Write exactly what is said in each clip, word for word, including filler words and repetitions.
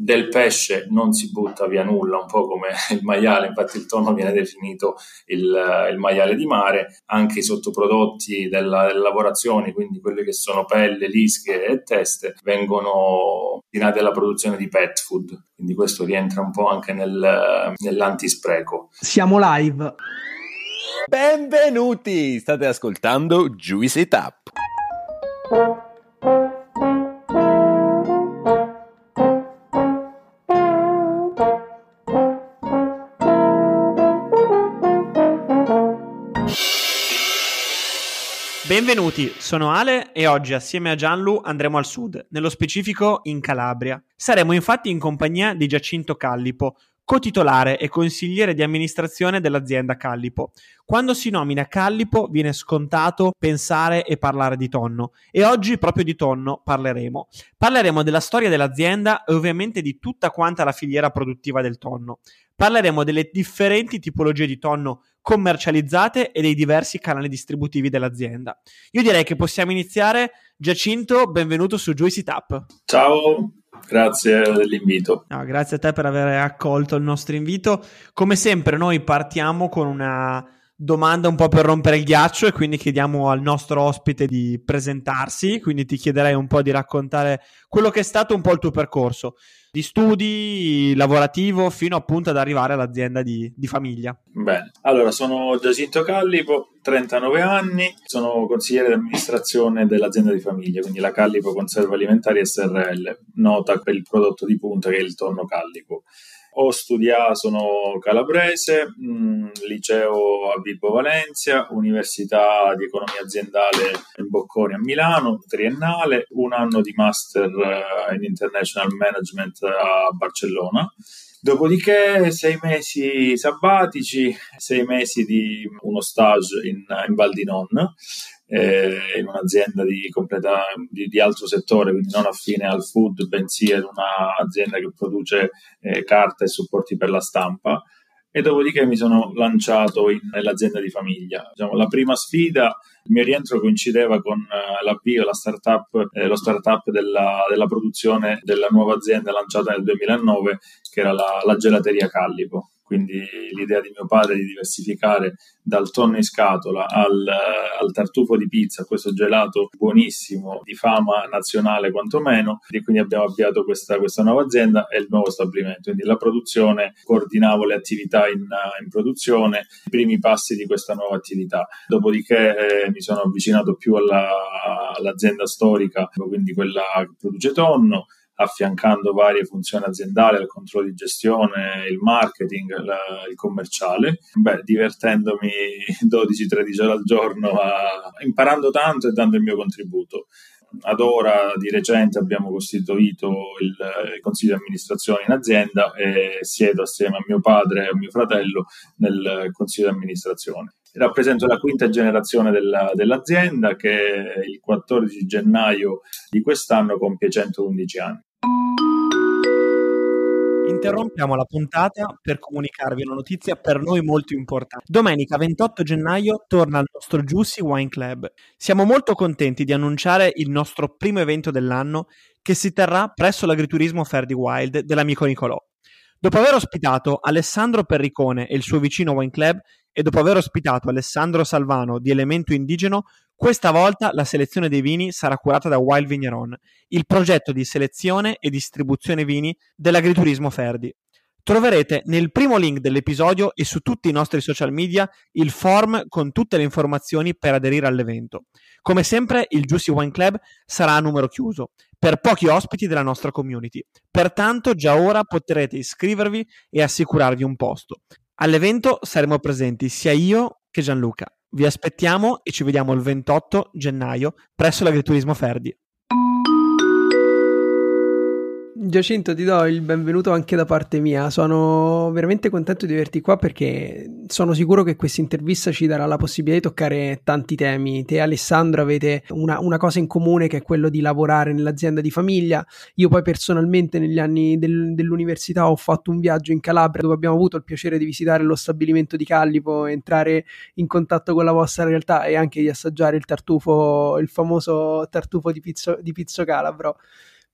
del pesce non si butta via nulla, un po' come il maiale, infatti il tonno viene definito il, il maiale di mare. Anche i sottoprodotti della, delle lavorazioni, quindi quelle che sono pelle, lische e teste, vengono destinati alla produzione di pet food, quindi questo rientra un po' anche nel, nell'antispreco. Siamo live. Benvenuti, state ascoltando Juice It Up. Benvenuti, sono Ale e oggi assieme a Gianlu andremo al sud, nello specifico in Calabria. Saremo infatti in compagnia di Giacinto Callipo, cotitolare e consigliere di amministrazione dell'azienda Callipo. Quando si nomina Callipo viene scontato pensare e parlare di tonno, e oggi proprio di tonno parleremo. Parleremo della storia dell'azienda e ovviamente di tutta quanta la filiera produttiva del tonno. Parleremo delle differenti tipologie di tonno commercializzate e dei diversi canali distributivi dell'azienda. Io direi che possiamo iniziare. Giacinto, benvenuto su Juice It Up. Ciao, grazie dell'invito. No, grazie a te per aver accolto il nostro invito. Come sempre noi partiamo con una domanda un po' per rompere il ghiaccio e quindi chiediamo al nostro ospite di presentarsi, quindi ti chiederei un po' di raccontare quello che è stato un po' il tuo percorso di studi, lavorativo, fino appunto ad arrivare all'azienda di, di famiglia. Bene, allora sono Giacinto Callipo, trentanove anni, sono consigliere di amministrazione dell'azienda di famiglia, quindi la Callipo Conserve Alimentari S R L, nota per il prodotto di punta che è il tonno Callipo. Ho studiato, sono calabrese, mh, liceo a Vibo Valencia, università di economia aziendale in Bocconi a Milano, triennale, un anno di master in international management a Barcellona. Dopodiché sei mesi sabbatici, sei mesi di uno stage in, in Val di Non, eh, in un'azienda di, completa, di, di altro settore, quindi non affine al food, bensì in un'azienda che produce eh, carta e supporti per la stampa. E dopodiché mi sono lanciato in, nell'azienda di famiglia. Diciamo, la prima sfida, il mio rientro coincideva con uh, l'avvio, la startup, eh, lo startup della, della produzione della nuova azienda lanciata nel duemilanove, che era la, la gelateria Callipo. Quindi l'idea di mio padre di diversificare dal tonno in scatola al, al tartufo di pizza, questo gelato buonissimo, di fama nazionale quantomeno, e quindi abbiamo avviato questa, questa nuova azienda e il nuovo stabilimento. Quindi la produzione, coordinavo le attività in, in produzione, i primi passi di questa nuova attività. Dopodiché eh, mi sono avvicinato più alla, all'azienda storica, quindi quella che produce tonno, affiancando varie funzioni aziendali, il controllo di gestione, il marketing, la, il commerciale, beh, divertendomi dodici tredici ore al giorno, a, imparando tanto e dando il mio contributo. Ad ora, di recente, abbiamo costituito il, il consiglio di amministrazione in azienda e siedo assieme a mio padre e a mio fratello nel consiglio di amministrazione. Rappresento la quinta generazione della, dell'azienda che il quattordici gennaio di quest'anno compie centoundici anni. Interrompiamo la puntata per comunicarvi una notizia per noi molto importante. Domenica ventotto gennaio torna il nostro Juicy Wine Club. Siamo molto contenti di annunciare il nostro primo evento dell'anno che si terrà presso l'agriturismo Fair di Wild dell'amico Nicolò. Dopo aver ospitato Alessandro Perricone e il suo vicino Wine Club e dopo aver ospitato Alessandro Salvano di Elemento Indigeno, questa volta la selezione dei vini sarà curata da Wild Vigneron, il progetto di selezione e distribuzione vini dell'agriturismo Ferdi. Troverete nel primo link dell'episodio e su tutti i nostri social media il form con tutte le informazioni per aderire all'evento. Come sempre il Juicy Wine Club sarà a numero chiuso, per pochi ospiti della nostra community. Pertanto già ora potrete iscrivervi e assicurarvi un posto. All'evento saremo presenti sia io che Gianluca. Vi aspettiamo e ci vediamo il ventotto gennaio presso l'agriturismo Ferdi. Giacinto, ti do il benvenuto anche da parte mia. Sono veramente contento di averti qua perché sono sicuro che questa intervista ci darà la possibilità di toccare tanti temi. Te e Alessandro avete una, una cosa in comune, che è quello di lavorare nell'azienda di famiglia. Io poi personalmente negli anni del, dell'università ho fatto un viaggio in Calabria dove abbiamo avuto il piacere di visitare lo stabilimento di Callipo, entrare in contatto con la vostra realtà e anche di assaggiare il tartufo, il famoso tartufo di Pizzo, di Pizzo Calabro.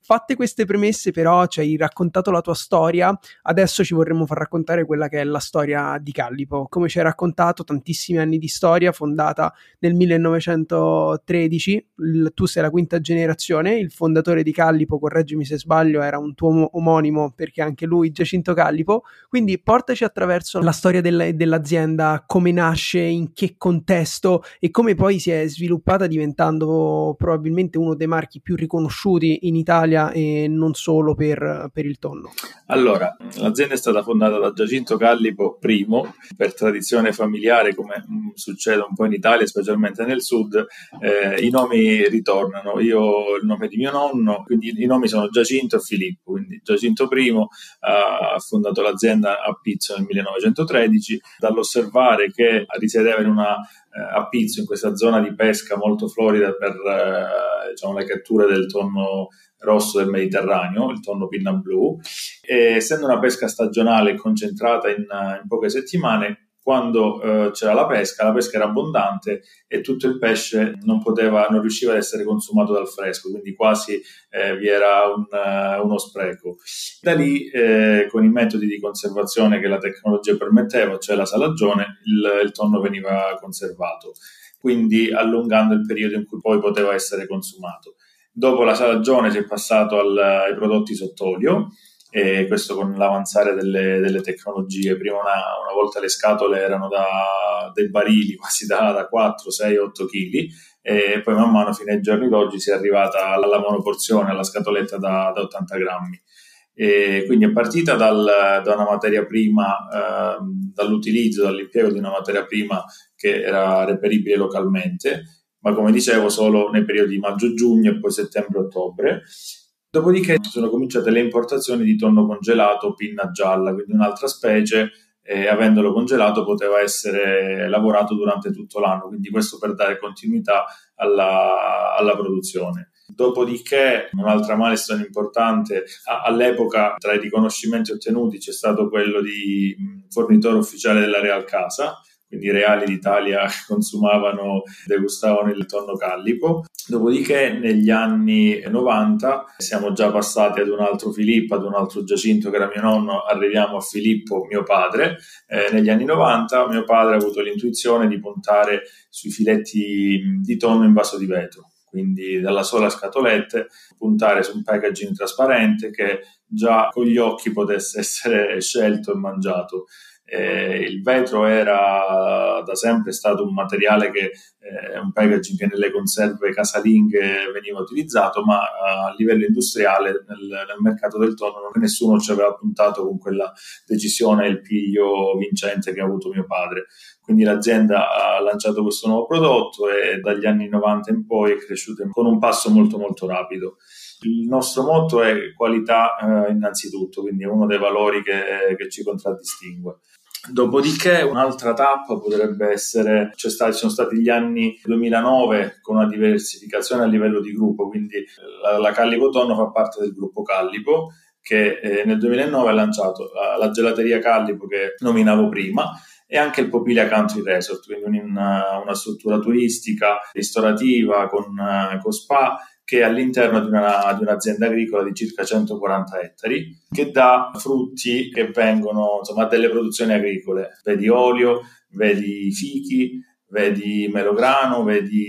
Fatte queste premesse, però, ci hai raccontato la tua storia, adesso ci vorremmo far raccontare quella che è la storia di Callipo. Come ci hai raccontato, tantissimi anni di storia, fondata nel millenovecentotredici, il, tu sei la quinta generazione, il fondatore di Callipo, correggimi se sbaglio, era un tuo omonimo, perché anche lui, Giacinto Callipo, quindi portaci attraverso la storia del, dell'azienda, come nasce, in che contesto e come poi si è sviluppata diventando probabilmente uno dei marchi più riconosciuti in Italia e non solo per, per il tonno. Allora, l'azienda è stata fondata da Giacinto Callipo primo, per tradizione familiare, come mh, succede un po' in Italia, specialmente nel sud, eh, i nomi ritornano. Io ho il nome di mio nonno, quindi i nomi sono Giacinto e Filippo, quindi Giacinto primo ha fondato l'azienda a Pizzo nel millenovecentotredici, dall'osservare che risiedeva in una eh, a Pizzo, in questa zona di pesca molto florida per eh, diciamo, le catture del tonno rosso del Mediterraneo, il tonno pinna blu, e essendo una pesca stagionale concentrata in, in poche settimane, quando eh, c'era la pesca, la pesca era abbondante e tutto il pesce non poteva, non riusciva ad essere consumato dal fresco, quindi quasi eh, vi era un, uh, uno spreco. Da lì, eh, con i metodi di conservazione che la tecnologia permetteva, cioè la salagione, il, il tonno veniva conservato, quindi allungando il periodo in cui poi poteva essere consumato. Dopo la salagione si è passato al, ai prodotti sott'olio, e questo con l'avanzare delle, delle tecnologie. Prima una, una volta le scatole erano da, dei barili quasi da, da quattro, sei, otto chili, e poi man mano fino ai giorni d'oggi si è arrivata alla monoporzione, alla scatoletta da, da ottanta grammi. E quindi è partita dal, da una materia prima, eh, dall'utilizzo, dall'impiego di una materia prima che era reperibile localmente, ma come dicevo solo nei periodi maggio-giugno e poi settembre-ottobre. Dopodiché sono cominciate le importazioni di tonno congelato pinna gialla, quindi un'altra specie, e avendolo congelato poteva essere lavorato durante tutto l'anno, quindi questo per dare continuità alla, alla produzione. Dopodiché un'altra milestone importante, all'epoca tra i riconoscimenti ottenuti c'è stato quello di fornitore ufficiale della Real Casa, quindi i reali d'Italia consumavano, degustavano il tonno Callipo. Dopodiché negli anni novanta siamo già passati ad un altro Filippo, ad un altro Giacinto che era mio nonno, arriviamo a Filippo, mio padre. Eh, negli anni novanta mio padre ha avuto l'intuizione di puntare sui filetti di tonno in vaso di vetro, quindi dalla sola scatoletta puntare su un packaging trasparente che già con gli occhi potesse essere scelto e mangiato. Eh, il vetro era da sempre stato un materiale che è eh, un packaging che nelle conserve casalinghe veniva utilizzato, ma a livello industriale nel, nel mercato del tonno nessuno ci aveva puntato con quella decisione e il piglio vincente che ha avuto mio padre. Quindi l'azienda ha lanciato questo nuovo prodotto e dagli anni novanta in poi è cresciuto con un passo molto molto rapido. Il nostro motto è qualità eh, innanzitutto, quindi è uno dei valori che, che ci contraddistingue. Dopodiché un'altra tappa potrebbe essere, cioè stati, sono stati gli anni duemilanove con una diversificazione a livello di gruppo, quindi la, la Callipo Tonno fa parte del gruppo Callipo che eh, nel duemilanove ha lanciato la, la gelateria Callipo che nominavo prima e anche il Popilia Country Resort, quindi una, una struttura turistica, ristorativa con, con spa, che è all'interno di, una, di un'azienda agricola di circa centoquaranta ettari, che dà frutti che vengono insomma delle produzioni agricole, vedi olio, vedi fichi, vedi melograno,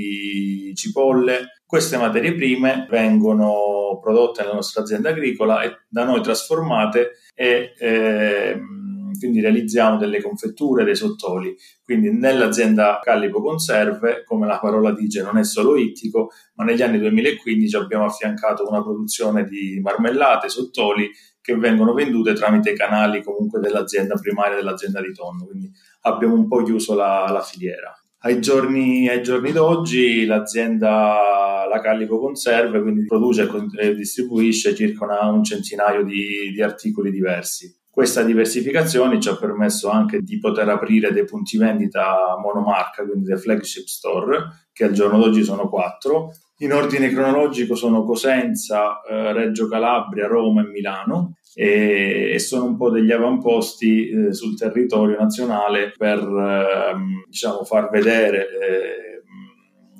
vedi cipolle. Queste materie prime vengono prodotte nella nostra azienda agricola e da noi trasformate e eh, quindi realizziamo delle confetture, dei sottoli. Quindi nell'azienda Callipo Conserve, come la parola dice, non è solo ittico, ma negli anni duemilaquindici abbiamo affiancato una produzione di marmellate, sottoli che vengono vendute tramite i canali comunque dell'azienda primaria, dell'azienda di tonno. Quindi abbiamo un po' chiuso la, la filiera. Ai giorni, ai giorni d'oggi l'azienda, la Callipo Conserve, quindi produce e distribuisce circa una, un centinaio di, di articoli diversi. Questa diversificazione ci ha permesso anche di poter aprire dei punti vendita monomarca, quindi dei flagship store, che al giorno d'oggi sono quattro. In ordine cronologico sono Cosenza, eh, Reggio Calabria, Roma e Milano, e, e sono un po' degli avamposti eh, sul territorio nazionale per eh, diciamo far vedere eh, la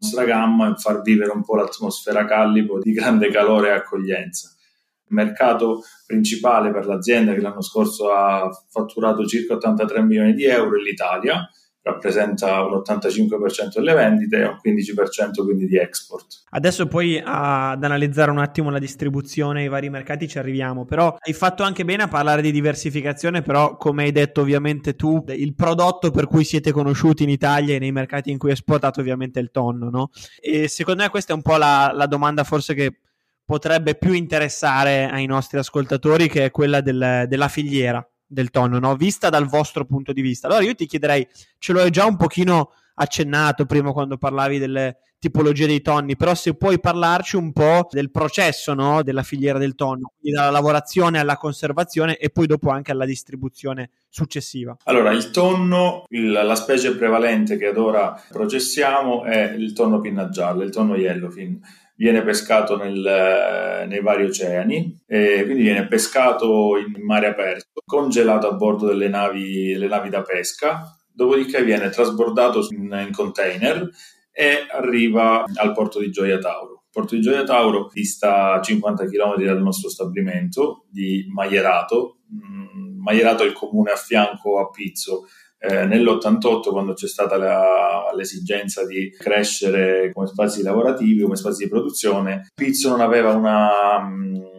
nostra gamma e far vivere un po' l'atmosfera Callipo di grande calore e accoglienza. Il mercato principale per l'azienda, che l'anno scorso ha fatturato circa ottantatré milioni di euro, è l'Italia, rappresenta un ottantacinque per cento delle vendite e un quindici per cento quindi di export. Adesso poi a, ad analizzare un attimo la distribuzione e i vari mercati ci arriviamo, però hai fatto anche bene a parlare di diversificazione, però come hai detto ovviamente tu, il prodotto per cui siete conosciuti in Italia e nei mercati in cui esportate ovviamente è il tonno, no? E secondo me questa è un po' la, la domanda forse che potrebbe più interessare ai nostri ascoltatori, che è quella del, della filiera del tonno, no? Vista dal vostro punto di vista. Allora io ti chiederei, ce l'ho già un pochino accennato prima quando parlavi delle tipologie dei tonni, però se puoi parlarci un po' del processo, no? Della filiera del tonno, quindi dalla lavorazione alla conservazione e poi dopo anche alla distribuzione successiva. Allora, il tonno, il, la specie prevalente che ad ora processiamo è il tonno pinna gialla, il tonno yellowfin. Viene pescato nel, nei vari oceani, e quindi viene pescato in mare aperto, congelato a bordo delle navi, delle navi da pesca, dopodiché viene trasbordato in, in container e arriva al porto di Gioia Tauro. Il porto di Gioia Tauro dista cinquanta chilometri dal nostro stabilimento di Maierato. Maierato è il comune a fianco a Pizzo. Eh, nell'ottantotto, quando c'è stata la, l'esigenza di crescere come spazi lavorativi, come spazi di produzione, Pizzo non aveva una,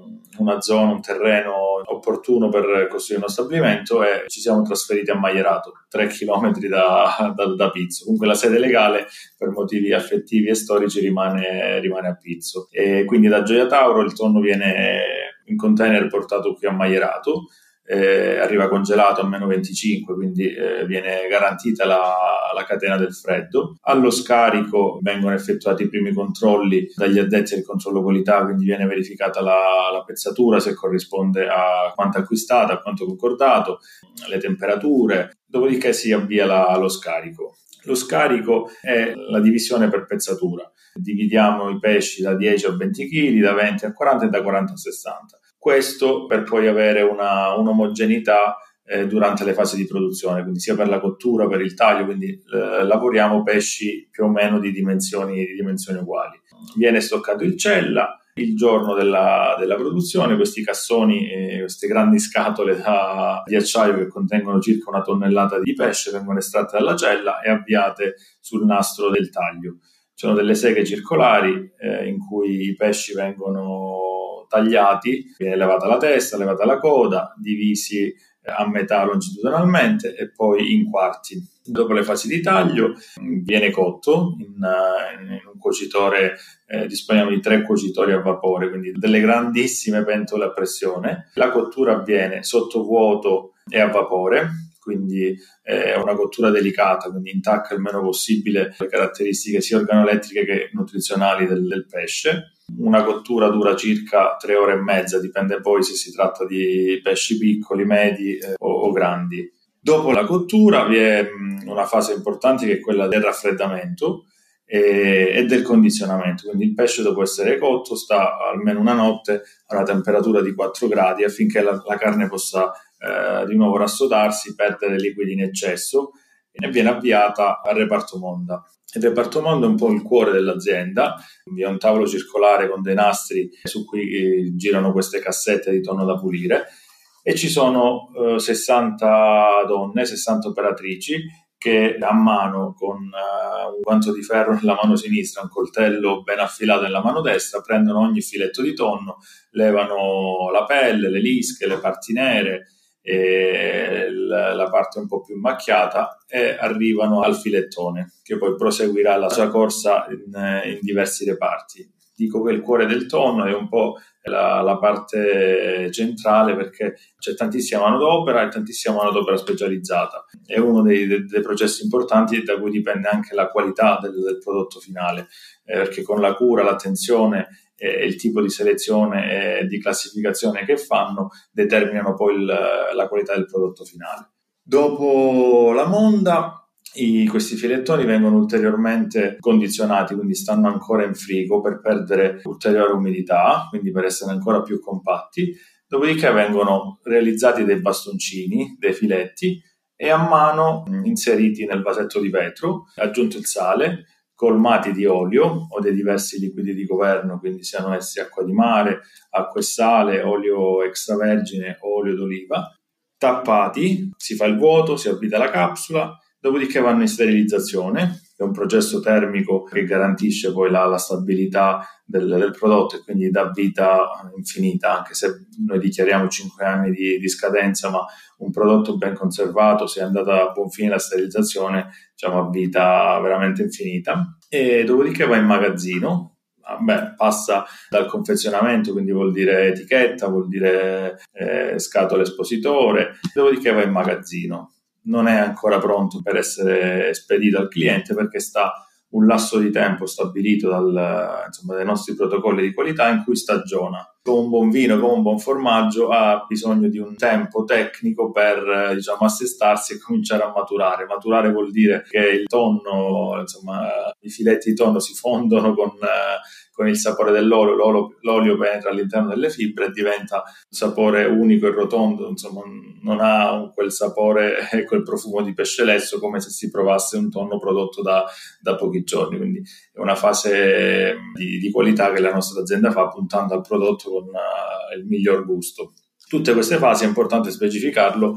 una zona, un terreno opportuno per costruire uno stabilimento e ci siamo trasferiti a Maierato, tre chilometri da, da, da Pizzo. Comunque la sede legale per motivi affettivi e storici rimane, rimane a Pizzo. E quindi da Gioia Tauro il tonno viene in container portato qui a Maierato. Eh, arriva congelato a meno venticinque, quindi eh, viene garantita la, la catena del freddo. Allo scarico vengono effettuati i primi controlli dagli addetti al controllo qualità, quindi viene verificata la, la pezzatura, se corrisponde a quanto acquistato, a quanto concordato, le temperature, dopodiché si avvia la, lo scarico. Lo scarico è la divisione per pezzatura. Dividiamo i pesci da dieci a venti chili, da venti a quaranta e da quaranta a sessanta. Questo per poi avere una un'omogeneità eh, durante le fasi di produzione, quindi sia per la cottura, per il taglio, quindi eh, lavoriamo pesci più o meno di dimensioni, di dimensioni uguali. Viene stoccato in cella il giorno della, della produzione, questi cassoni, eh, queste grandi scatole da, di acciaio che contengono circa una tonnellata di pesce vengono estratte dalla cella e avviate sul nastro del taglio. Ci sono delle seghe circolari eh, in cui i pesci vengono tagliati, viene levata la testa, levata la coda, divisi a metà longitudinalmente e poi in quarti. Dopo le fasi di taglio viene cotto in, in un cuocitore, eh, disponiamo di tre cuocitori a vapore, quindi delle grandissime pentole a pressione. La cottura avviene sotto vuoto e a vapore, quindi è una cottura delicata, quindi intacca il meno possibile le caratteristiche sia organolettiche che nutrizionali del, del pesce. Una cottura dura circa tre ore e mezza, dipende poi se si tratta di pesci piccoli, medi eh, o, o grandi. Dopo la cottura vi è mh, una fase importante che è quella del raffreddamento e, e del condizionamento, quindi il pesce dopo essere cotto sta almeno una notte a una temperatura di quattro gradi affinché la, la carne possa eh, di nuovo rassodarsi, perdere liquidi in eccesso e viene avviata al reparto monda. Il reparto monda è un po' il cuore dell'azienda, vi è un tavolo circolare con dei nastri su cui girano queste cassette di tonno da pulire e ci sono eh, sessanta donne, sessanta operatrici che a mano con uh, un guanto di ferro nella mano sinistra, un coltello ben affilato nella mano destra, prendono ogni filetto di tonno, levano la pelle, le lische, le parti nere e la parte un po' più macchiata e arrivano al filettone che poi proseguirà la sua corsa in, in diversi reparti. Dico che il cuore del tonno è un po' la, la parte centrale perché c'è tantissima manodopera e tantissima manodopera specializzata. È uno dei, dei, dei processi importanti da cui dipende anche la qualità del, del prodotto finale, eh, perché con la cura, l'attenzione e il tipo di selezione e di classificazione che fanno determinano poi il, la qualità del prodotto finale. Dopo la monda, I, questi filettoni vengono ulteriormente condizionati, quindi stanno ancora in frigo per perdere ulteriore umidità, quindi per essere ancora più compatti. Dopodiché vengono realizzati dei bastoncini, dei filetti, e a mano inseriti nel vasetto di vetro, aggiunto il sale, colmati di olio o dei diversi liquidi di governo, quindi siano essi acqua di mare, acqua e sale, olio extravergine o olio d'oliva, tappati, si fa il vuoto, si avvita la capsula, dopodiché vanno in sterilizzazione. È un processo termico che garantisce poi la, la stabilità del, del prodotto e quindi dà vita infinita, anche se noi dichiariamo cinque anni di, di scadenza, ma un prodotto ben conservato, se è andata a buon fine la sterilizzazione, diciamo, ha vita veramente infinita. E dopodiché va in magazzino. Beh, passa dal confezionamento, quindi vuol dire etichetta, vuol dire eh, scatola espositore, dopodiché va in magazzino. Non è ancora pronto per essere spedito al cliente perché sta un lasso di tempo stabilito dal, insomma, dai nostri protocolli di qualità in cui stagiona. Come un buon vino, come un buon formaggio, ha bisogno di un tempo tecnico per, diciamo, assestarsi e cominciare a maturare. Maturare vuol dire che il tonno, insomma, i filetti di tonno si fondono con, con il sapore dell'olio, l'olio, l'olio penetra all'interno delle fibre e diventa un sapore unico e rotondo, insomma, non ha quel sapore e quel profumo di pesce lesso come se si provasse un tonno prodotto da, da pochi giorni. Quindi è una fase di, di qualità che la nostra azienda fa puntando al prodotto con uh, il miglior gusto. Tutte queste fasi, è importante specificarlo,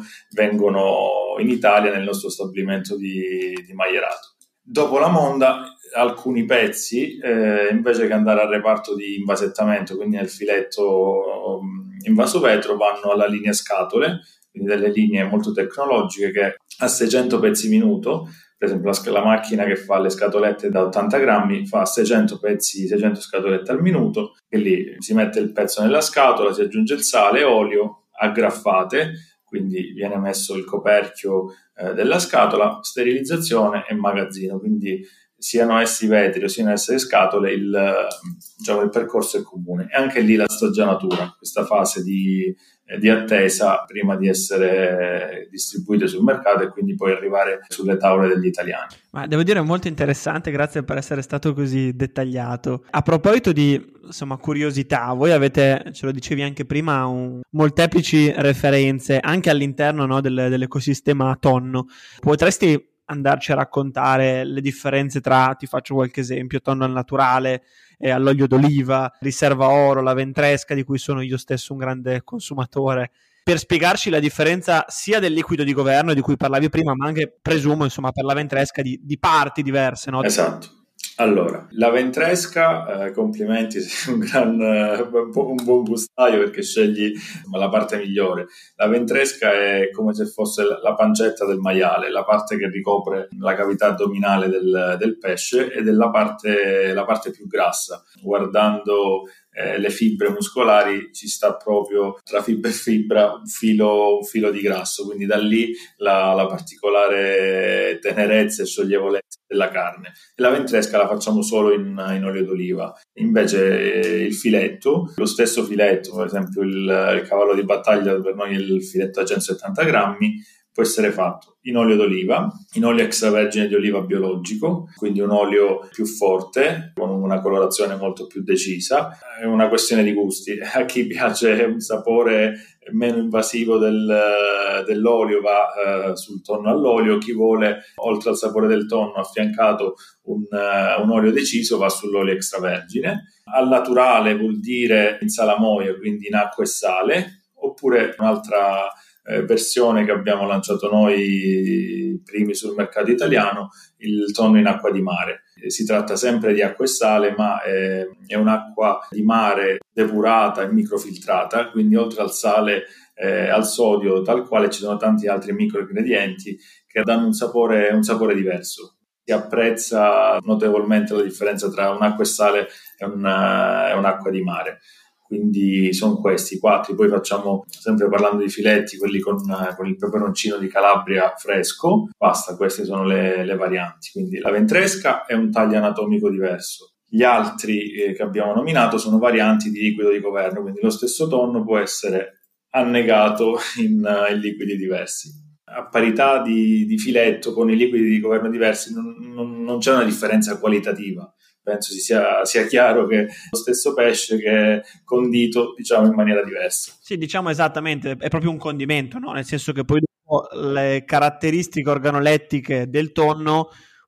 vengono in Italia nel nostro stabilimento di, di Maierato. Dopo la monda, alcuni pezzi, eh, invece che andare al reparto di invasettamento, quindi nel filetto um, in vaso vetro, vanno alla linea scatole, quindi delle linee molto tecnologiche che a seicento pezzi minuto, per esempio la, la macchina che fa le scatolette da ottanta grammi fa seicento pezzi, seicento scatolette al minuto, e lì si mette il pezzo nella scatola, si aggiunge il sale e olio, aggraffate, quindi viene messo il coperchio eh, della scatola, sterilizzazione e magazzino, quindi siano essi vetri o siano esse scatole, il, diciamo, il percorso è comune. E anche lì la stagionatura, questa fase di, eh, di attesa prima di essere distribuite sul mercato e quindi poi arrivare sulle tavole degli italiani. Ma devo dire molto interessante, grazie per essere stato così dettagliato. A proposito di, insomma, curiosità, voi avete, ce lo dicevi anche prima, un, molteplici referenze anche all'interno, no, del, dell'ecosistema tonno. Potresti andarci a raccontare le differenze tra, ti faccio qualche esempio, tonno al naturale e all'olio d'oliva, riserva oro, la ventresca, di cui sono io stesso un grande consumatore, per spiegarci la differenza sia del liquido di governo di cui parlavi prima, ma anche, presumo, insomma, per la ventresca di, di parti diverse, no? Esatto. Allora, la ventresca, eh, complimenti, sei un gran eh, un buon gustaio perché scegli la parte migliore. La ventresca è come se fosse la pancetta del maiale, la parte che ricopre la cavità addominale del, del pesce ed è la parte, la parte più grassa. Guardando eh, le fibre muscolari ci sta proprio tra fibra e fibra un filo, un filo di grasso, quindi da lì la, la particolare tenerezza e scioglievolezza della carne. E la ventresca la facciamo solo in, in olio d'oliva. Invece eh, il filetto, lo stesso filetto, per esempio il, il cavallo di battaglia per noi è il filetto a centosettanta grammi, può essere fatto in olio d'oliva, in olio extravergine di oliva biologico, quindi un olio più forte, con una colorazione molto più decisa. È una questione di gusti. A chi piace un sapore meno invasivo del, dell'olio va uh, sul tonno all'olio, chi vuole, oltre al sapore del tonno, affiancato un, uh, un olio deciso, va sull'olio extravergine. Al naturale vuol dire in salamoia, quindi in acqua e sale, oppure un'altra Eh, versione che abbiamo lanciato noi primi sul mercato italiano, il tonno in acqua di mare. Eh, si tratta sempre di acqua e sale, ma è, è un'acqua di mare depurata e microfiltrata, quindi oltre al sale eh, al sodio, tal quale ci sono tanti altri microingredienti che danno un sapore, un sapore diverso. Si apprezza notevolmente la differenza tra un'acqua e sale e, una, e un'acqua di mare. Quindi sono questi quattro. Poi facciamo, sempre parlando di filetti, quelli con, con il peperoncino di Calabria fresco. Basta, queste sono le, le varianti. Quindi la ventresca è un taglio anatomico diverso. Gli altri eh, che abbiamo nominato sono varianti di liquido di governo, quindi lo stesso tonno può essere annegato in, uh, in liquidi diversi. A parità di, di filetto con i liquidi di governo diversi non, non, non c'è una differenza qualitativa. Penso sia, sia chiaro che lo stesso pesce che è condito, diciamo, in maniera diversa. Sì, diciamo esattamente, è proprio un condimento, no? Nel senso che poi dopo le caratteristiche organolettiche del tonno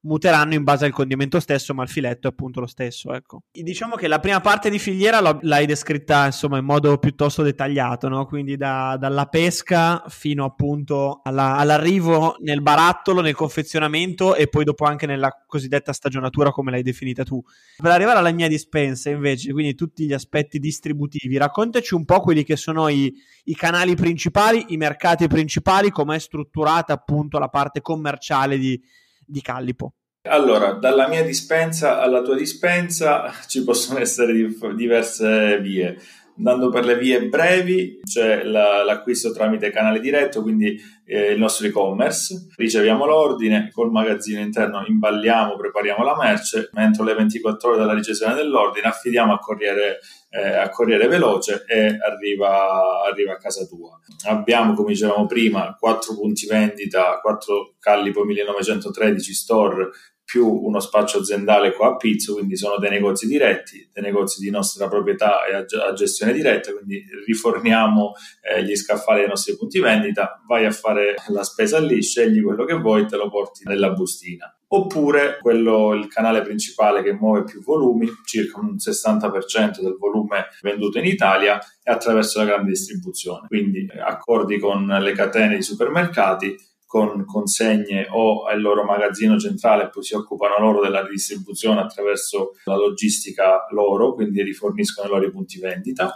muteranno in base al condimento stesso, ma il filetto è appunto lo stesso, ecco. Diciamo che la prima parte di filiera l'hai descritta insomma in modo piuttosto dettagliato, no? Quindi da, dalla pesca fino appunto alla, all'arrivo nel barattolo, nel confezionamento e poi dopo anche nella cosiddetta stagionatura come l'hai definita tu. Per arrivare alla mia dispensa invece, quindi tutti gli aspetti distributivi, raccontaci un po' quelli che sono i, i canali principali, i mercati principali, com'è strutturata appunto la parte commerciale di di Callipo. Allora, dalla mia dispensa alla tua dispensa ci possono essere diverse vie. Andando per le vie brevi c'è la, l'acquisto tramite canale diretto, quindi eh, il nostro e-commerce. Riceviamo l'ordine, col magazzino interno imballiamo, prepariamo la merce, entro le ventiquattro ore dalla ricezione dell'ordine affidiamo a corriere, eh, a corriere veloce e arriva, arriva a casa tua. Abbiamo, come dicevamo prima, quattro punti vendita, quattro Callipo millenovecentotredici store più uno spaccio aziendale qua a Pizzo, quindi sono dei negozi diretti, dei negozi di nostra proprietà e a gestione diretta, quindi riforniamo eh, gli scaffali dei nostri punti vendita, vai a fare la spesa lì, scegli quello che vuoi e te lo porti nella bustina. Oppure quello, il canale principale che muove più volumi, circa un sessanta per cento del volume venduto in Italia, è attraverso la grande distribuzione, quindi accordi con le catene di supermercati, con consegne o al loro magazzino centrale, poi si occupano loro della distribuzione attraverso la logistica loro, quindi riforniscono i loro punti vendita.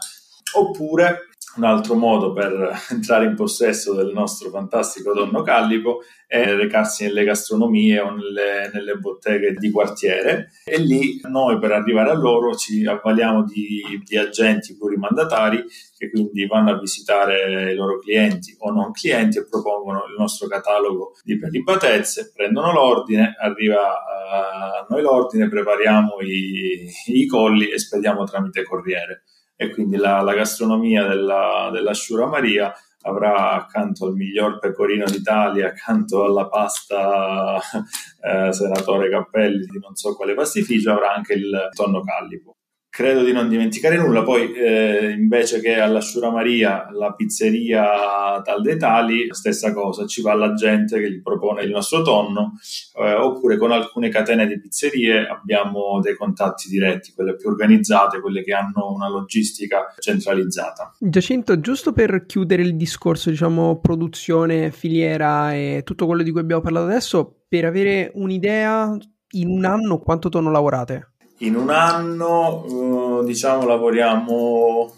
Oppure un altro modo per entrare in possesso del nostro fantastico tonno Callipo è recarsi nelle gastronomie o nelle, nelle botteghe di quartiere, e lì noi per arrivare a loro ci avvaliamo di, di agenti plurimandatari che quindi vanno a visitare i loro clienti o non clienti e propongono il nostro catalogo di prelibatezze, prendono l'ordine, arriva a noi l'ordine, prepariamo i, i colli e spediamo tramite corriere. E quindi la, la gastronomia della, della Sciura Maria avrà, accanto al miglior pecorino d'Italia, accanto alla pasta eh, senatore Cappelli di non so quale pastificio, avrà anche il tonno Callipo. Credo di non dimenticare nulla. Poi eh, invece che alla Sciura Maria, la pizzeria tal dei tali, stessa cosa, ci va la gente che gli propone il nostro tonno, eh, oppure con alcune catene di pizzerie abbiamo dei contatti diretti, quelle più organizzate, quelle che hanno una logistica centralizzata. Giacinto, giusto per chiudere il discorso, diciamo, produzione, filiera e tutto quello di cui abbiamo parlato adesso, per avere un'idea, in un anno quanto tonno lavorate? In un anno, eh, diciamo, lavoriamo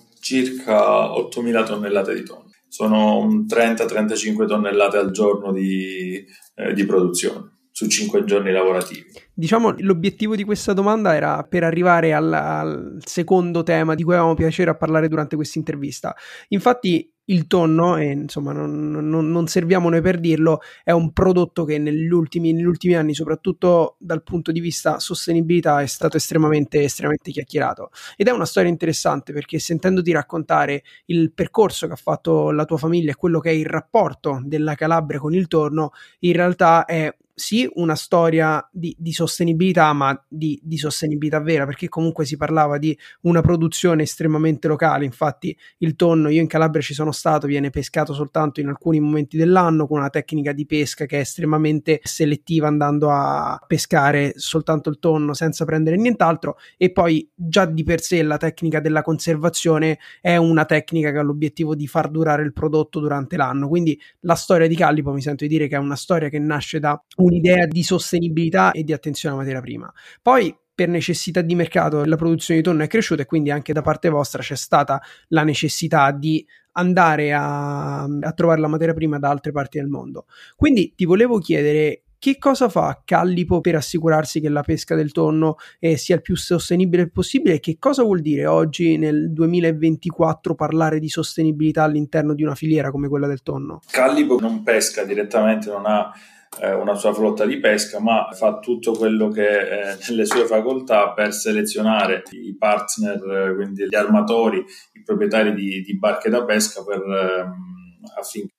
circa ottomila tonnellate di tonno. Sono trenta trentacinque tonnellate al giorno di, eh, di produzione, su cinque giorni lavorativi. Diciamo, l'obiettivo di questa domanda era per arrivare al, al secondo tema di cui avevamo piacere a parlare durante questa intervista. Infatti il tonno, e insomma non, non, non serviamo noi per dirlo, è un prodotto che negli ultimi, negli ultimi anni, soprattutto dal punto di vista sostenibilità, è stato estremamente, estremamente chiacchierato. Ed è una storia interessante, perché sentendoti raccontare il percorso che ha fatto la tua famiglia e quello che è il rapporto della Calabria con il tonno, in realtà è sì una storia di, di sostenibilità, ma di, di sostenibilità vera, perché comunque si parlava di una produzione estremamente locale. Infatti il tonno, io in Calabria ci sono stato, viene pescato soltanto in alcuni momenti dell'anno con una tecnica di pesca che è estremamente selettiva, andando a pescare soltanto il tonno senza prendere nient'altro, e poi già di per sé la tecnica della conservazione è una tecnica che ha l'obiettivo di far durare il prodotto durante l'anno. Quindi la storia di Callipo, mi sento di dire che è una storia che nasce da un'idea di sostenibilità e di attenzione alla materia prima. Poi per necessità di mercato la produzione di tonno è cresciuta, e quindi anche da parte vostra c'è stata la necessità di andare a, a trovare la materia prima da altre parti del mondo. Quindi ti volevo chiedere: che cosa fa Callipo per assicurarsi che la pesca del tonno eh, sia il più sostenibile possibile, e che cosa vuol dire oggi nel duemilaventiquattro parlare di sostenibilità all'interno di una filiera come quella del tonno? Callipo non pesca direttamente, non ha eh, una sua flotta di pesca, ma fa tutto quello che è nelle sue facoltà per selezionare i partner, quindi gli armatori, i proprietari di, di barche da pesca, per ehm, affinché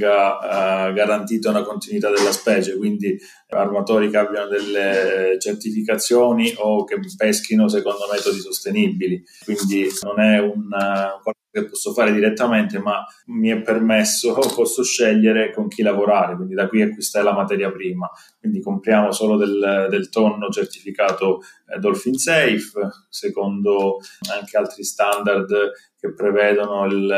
venga uh, garantita una continuità della specie, quindi armatori che abbiano delle certificazioni o che peschino secondo metodi sostenibili. Quindi non è un, uh, che posso fare direttamente, ma mi è permesso, posso scegliere con chi lavorare, quindi da qui acquistare la materia prima. Quindi compriamo solo del, del tonno certificato eh, Dolphin Safe, secondo anche altri standard che prevedono il...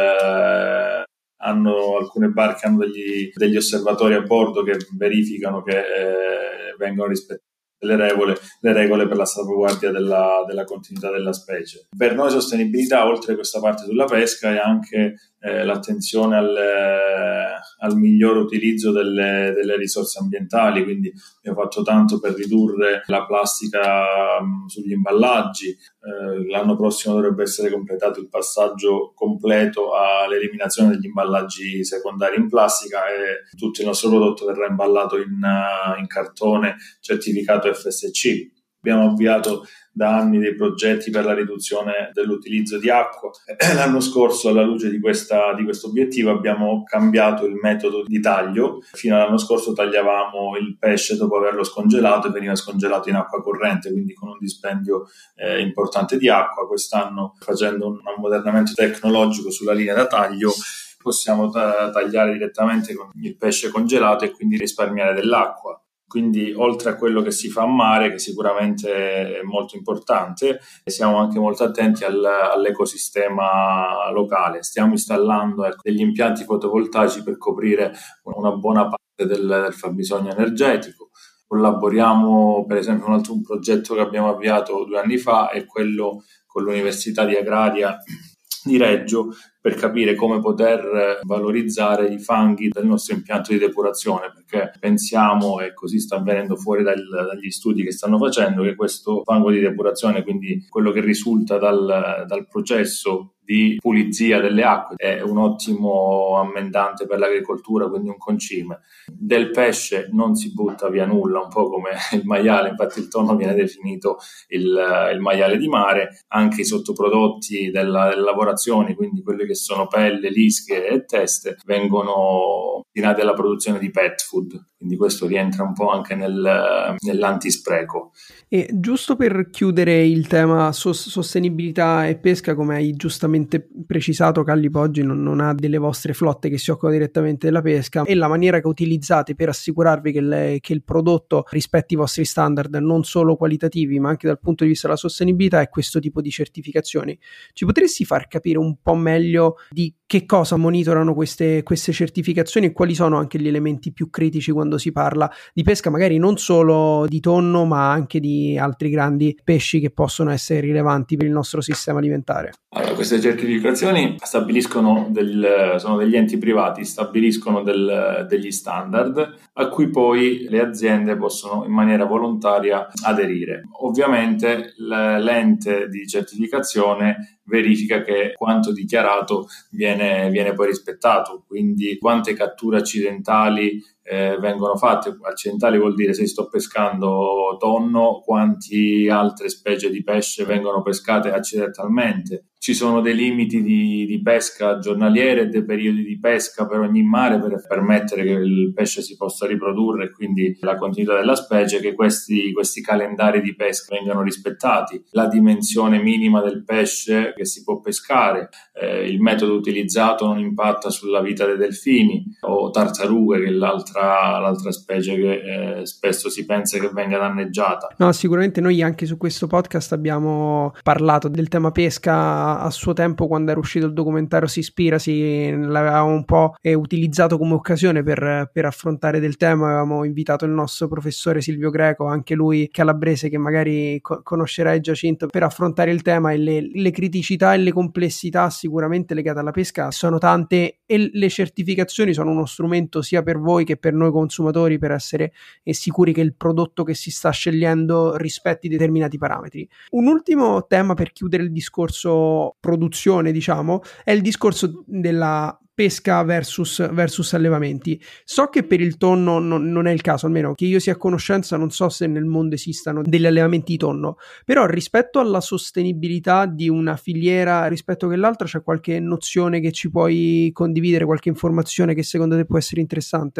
Eh, hanno alcune barche hanno degli, degli osservatori a bordo che verificano che eh, vengono rispettate le regole, le regole per la salvaguardia della, della continuità della specie. Per noi sostenibilità, oltre a questa parte sulla pesca, è anche eh, l'attenzione al, eh, al miglior utilizzo delle, delle risorse ambientali, quindi abbiamo fatto tanto per ridurre la plastica mh, sugli imballaggi. Eh, l'anno prossimo dovrebbe essere completato il passaggio completo all'eliminazione degli imballaggi secondari in plastica e tutto il nostro prodotto verrà imballato in, uh, in cartone certificato F S C. Abbiamo avviato da anni dei progetti per la riduzione dell'utilizzo di acqua. L'anno scorso, alla luce di questa di questo obiettivo, abbiamo cambiato il metodo di taglio. Fino all'anno scorso tagliavamo il pesce dopo averlo scongelato e veniva scongelato in acqua corrente, quindi con un dispendio eh, importante di acqua. Quest'anno, facendo un ammodernamento tecnologico sulla linea da taglio, possiamo ta- tagliare direttamente con il pesce congelato e quindi risparmiare dell'acqua. Quindi, oltre a quello che si fa a mare, che sicuramente è molto importante, siamo anche molto attenti al, all'ecosistema locale. Stiamo installando ecco, degli impianti fotovoltaici per coprire una buona parte del, del fabbisogno energetico. Collaboriamo, per esempio, un altro un progetto che abbiamo avviato due anni fa è quello con l'Università di Agraria di Reggio, per capire come poter valorizzare i fanghi del nostro impianto di depurazione, perché pensiamo, e così sta venendo fuori dal, dagli studi che stanno facendo, che questo fango di depurazione, quindi quello che risulta dal, dal processo di pulizia delle acque, è un ottimo ammendante per l'agricoltura, quindi un concime. Del pesce non si butta via nulla, un po' come il maiale, infatti il tonno viene definito il, il maiale di mare. Anche i sottoprodotti della, delle lavorazioni, quindi quelli che sono pelle, lische e teste, vengono destinati alla produzione di pet food, quindi questo rientra un po' anche nel, nell'antispreco. E giusto per chiudere il tema sos- sostenibilità e pesca, come hai giustamente precisato, Callipo oggi non, non ha delle vostre flotte che si occupano direttamente della pesca, e la maniera che utilizzate per assicurarvi che, le, che il prodotto rispetti i vostri standard, non solo qualitativi ma anche dal punto di vista della sostenibilità, è questo tipo di certificazioni. Ci potresti far capire un po' meglio di che cosa monitorano queste, queste certificazioni e quali sono anche gli elementi più critici quando si parla di pesca, magari non solo di tonno ma anche di altri grandi pesci che possono essere rilevanti per il nostro sistema alimentare? Allora, queste certificazioni stabiliscono del, sono degli enti privati, stabiliscono del, degli standard a cui poi le aziende possono in maniera volontaria aderire. Ovviamente l'ente di certificazione verifica che quanto dichiarato viene, viene poi rispettato, quindi quante catture accidentali eh, vengono fatte. Accidentali vuol dire, se sto pescando tonno, quanti altre specie di pesce vengono pescate accidentalmente. Ci sono dei limiti di, di pesca giornaliere e dei periodi di pesca per ogni mare per permettere che il pesce si possa riprodurre e quindi la continuità della specie, che questi, questi calendari di pesca vengano rispettati, la dimensione minima del pesce che si può pescare, eh, il metodo utilizzato non impatta sulla vita dei delfini o tartarughe, che è l'altra, l'altra specie che eh, spesso si pensa che venga danneggiata. No, sicuramente noi anche su questo podcast abbiamo parlato del tema pesca a suo tempo, quando era uscito il documentario Seaspiracy, l'avevamo un po' eh, utilizzato come occasione per, per affrontare del tema. Avevamo invitato il nostro professore Silvio Greco, anche lui calabrese, che magari co- conoscerai Giacinto, per affrontare il tema, e le, le criticità e le complessità sicuramente legate alla pesca sono tante, e le certificazioni sono uno strumento sia per voi che per noi consumatori per essere eh, sicuri che il prodotto che si sta scegliendo rispetti determinati parametri. Un ultimo tema per chiudere il discorso produzione, diciamo, è il discorso della pesca versus, versus allevamenti. So che per il tonno non, non è il caso, almeno che io sia a conoscenza, non so se nel mondo esistano degli allevamenti di tonno, però rispetto alla sostenibilità di una filiera rispetto che l'altra, c'è qualche nozione che ci puoi condividere, qualche informazione che secondo te può essere interessante?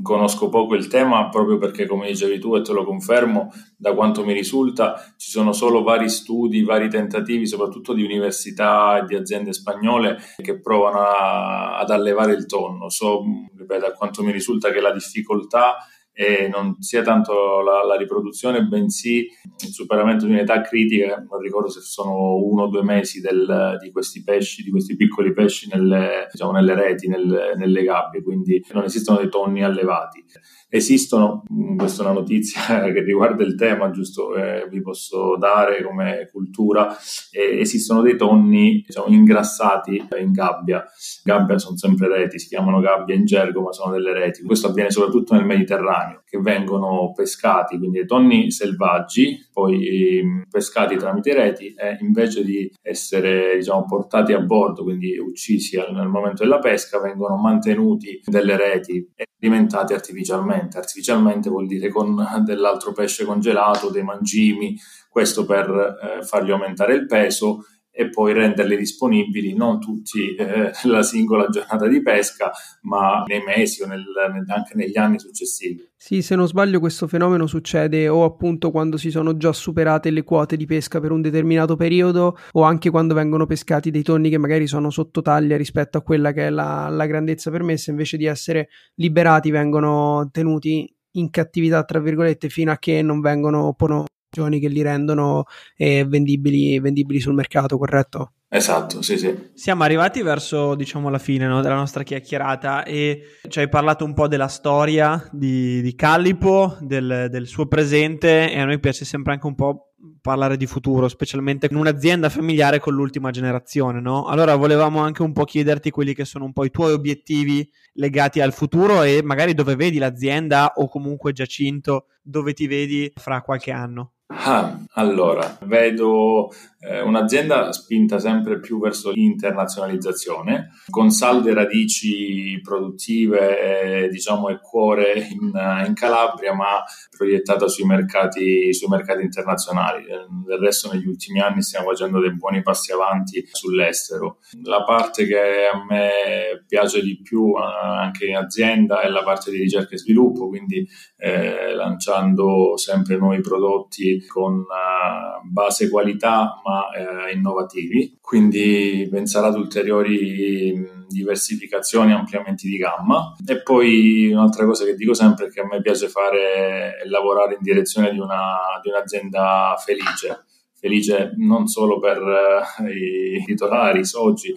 conosco poco il tema proprio perché, come dicevi tu, e te lo confermo, da quanto mi risulta ci sono solo vari studi, vari tentativi, soprattutto di università e di aziende spagnole che provano a, ad allevare il tonno. So, ripeto, a quanto mi risulta che la difficoltà e non sia tanto la, la riproduzione, bensì il superamento di un'età critica. Non ricordo se sono uno o due mesi del, di questi pesci, di questi piccoli pesci nelle, diciamo, nelle reti, nelle, nelle gabbie, quindi non esistono dei tonni allevati. Esistono, questa è una notizia che riguarda il tema, giusto, eh, vi posso dare come cultura, eh, esistono dei tonni, diciamo, ingrassati in gabbia. Gabbia sono sempre reti, si chiamano gabbie in gergo, ma sono delle reti. Questo avviene soprattutto nel Mediterraneo, che vengono pescati, quindi dei tonni selvaggi, poi eh, pescati tramite reti, e invece di essere, diciamo, portati a bordo, quindi uccisi al, nel momento della pesca, vengono mantenuti delle reti e alimentati artificialmente. Artificialmente vuol dire con dell'altro pesce congelato, dei mangimi, questo per eh, fargli aumentare il peso e poi renderli disponibili non tutti eh, la singola giornata di pesca, ma nei mesi o nel, anche negli anni successivi. Sì, se non sbaglio questo fenomeno succede o appunto quando si sono già superate le quote di pesca per un determinato periodo, o anche quando vengono pescati dei tonni che magari sono sotto taglia rispetto a quella che è la, la grandezza permessa, invece di essere liberati vengono tenuti in cattività, tra virgolette, fino a che non vengono pono che li rendono eh, vendibili, vendibili sul mercato, corretto? Esatto, sì, sì. Siamo arrivati verso, diciamo, la fine, no, della nostra chiacchierata, e ci hai parlato un po' della storia di, di Callipo, del, del suo presente, e a noi piace sempre anche un po' parlare di futuro, specialmente in un'azienda familiare con l'ultima generazione, no? Allora volevamo anche un po' chiederti quelli che sono un po' i tuoi obiettivi legati al futuro e magari dove vedi l'azienda, o comunque Giacinto, dove ti vedi fra qualche anno. Ah, allora, vedo eh, un'azienda spinta sempre più verso l'internazionalizzazione, con salde radici produttive, eh, diciamo, e cuore in, in Calabria, ma proiettata sui mercati, sui mercati internazionali. Del resto negli ultimi anni stiamo facendo dei buoni passi avanti sull'estero. La parte che a me piace di più eh, anche in azienda è la parte di ricerca e sviluppo, quindi eh, lanciando sempre nuovi prodotti con uh, base qualità ma uh, innovativi, quindi pensare ad ulteriori mh, diversificazioni, ampliamenti di gamma. E poi un'altra cosa che dico sempre è che a me piace fare è lavorare in direzione di, una, di un'azienda felice, felice non solo per uh, i titolari, i soci,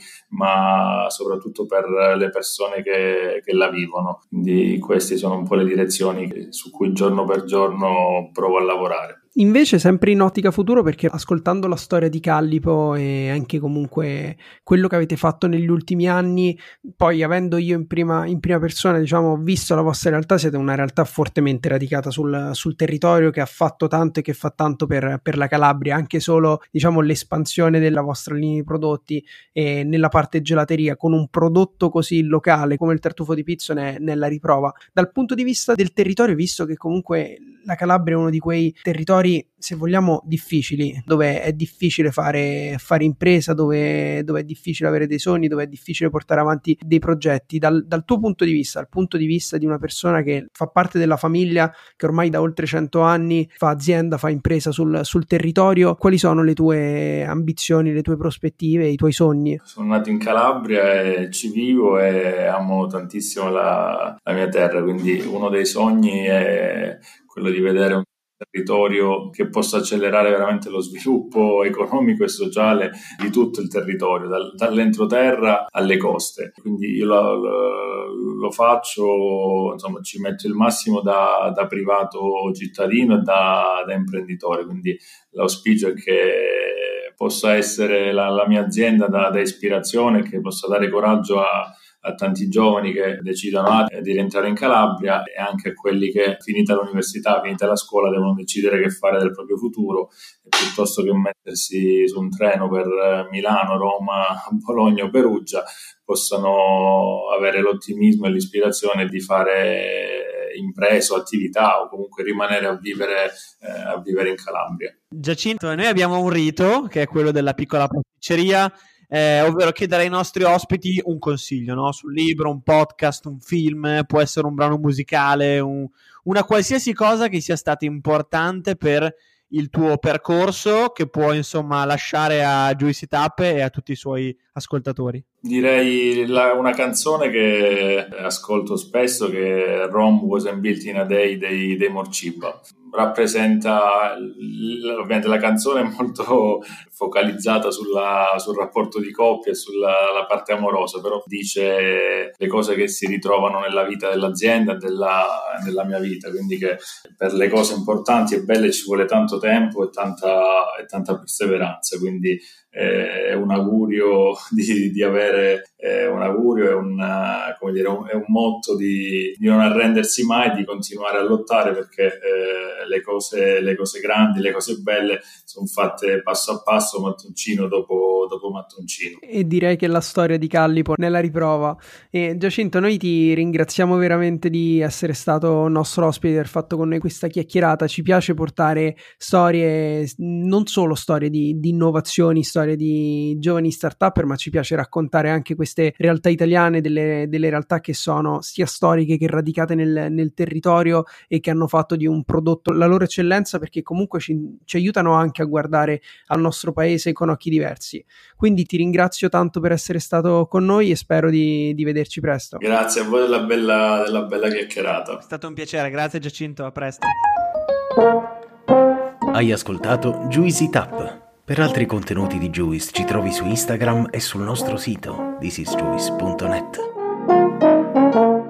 ma soprattutto per le persone che, che la vivono. Quindi queste sono un po' le direzioni su cui giorno per giorno provo a lavorare. Invece sempre in ottica futuro, perché ascoltando la storia di Callipo e anche comunque quello che avete fatto negli ultimi anni, poi avendo io in prima, in prima persona, diciamo, visto la vostra realtà, siete una realtà fortemente radicata sul, sul territorio, che ha fatto tanto e che fa tanto per, per la Calabria. Anche solo, diciamo, l'espansione della vostra linea di prodotti e nella parte gelateria con un prodotto così locale come il tartufo di pizzo ne, nella riprova. Dal punto di vista del territorio, visto che comunque la Calabria è uno di quei territori, se vogliamo, difficili, dove è difficile fare, fare impresa, dove, dove è difficile avere dei sogni, dove è difficile portare avanti dei progetti. Dal, dal tuo punto di vista, dal punto di vista di una persona che fa parte della famiglia, che ormai da oltre cento anni fa azienda, fa impresa sul, sul territorio, quali sono le tue ambizioni, le tue prospettive, i tuoi sogni? Sono nato in Calabria e ci vivo e amo tantissimo la, la mia terra, quindi uno dei sogni è quello di vedere un territorio che possa accelerare veramente lo sviluppo economico e sociale di tutto il territorio, dal, dall'entroterra alle coste. Quindi io lo, lo, lo faccio, insomma, ci metto il massimo da, da privato cittadino e da, da imprenditore, quindi l'auspicio è che possa essere la, la mia azienda da, da ispirazione, che possa dare coraggio a a tanti giovani che decidono di rientrare in Calabria e anche a quelli che, finita l'università, finita la scuola, devono decidere che fare del proprio futuro, e piuttosto che mettersi su un treno per Milano, Roma, Bologna o Perugia, possano avere l'ottimismo e l'ispirazione di fare impresa o attività, o comunque rimanere a vivere, eh, a vivere in Calabria. Giacinto, noi abbiamo un rito che è quello della piccola pasticceria. eh, ovvero chiedere ai nostri ospiti un consiglio, no? Sul libro, un podcast, un film, può essere un brano musicale, un, una qualsiasi cosa che sia stata importante per il tuo percorso, che può insomma lasciare a Juicy Tap e a tutti i suoi ascoltatori. Direi la, una canzone che ascolto spesso, che è Rome Wasn't Built in a Day dei, dei Morcibba. Rappresenta, ovviamente la canzone è molto focalizzata sulla, sul rapporto di coppia e sulla la parte amorosa, però dice le cose che si ritrovano nella vita dell'azienda e della, della mia vita, quindi che per le cose importanti e belle ci vuole tanto tempo e tanta, e tanta perseveranza, quindi è un augurio di, di avere eh, un augurio è un, come dire, un, è un motto di, di non arrendersi mai, di continuare a lottare, perché eh, le cose le cose grandi, le cose belle sono fatte passo a passo, mattoncino dopo, dopo mattoncino. E direi che la storia di Callipo ne la riprova. E Giacinto, noi ti ringraziamo veramente di essere stato nostro ospite, di aver fatto con noi questa chiacchierata. Ci piace portare storie, non solo storie di, di innovazioni, storie di giovani start-upper, ma ci piace raccontare anche queste realtà italiane, delle, delle realtà che sono sia storiche che radicate nel, nel territorio e che hanno fatto di un prodotto la loro eccellenza, perché comunque ci, ci aiutano anche a guardare al nostro paese con occhi diversi. Quindi ti ringrazio tanto per essere stato con noi e spero di, di vederci presto. Grazie a voi della bella, della bella chiacchierata. È stato un piacere, grazie Giacinto, a presto. Hai ascoltato Juicy Tap. Per altri contenuti di Juice ci trovi su Instagram e sul nostro sito this is juice punto net.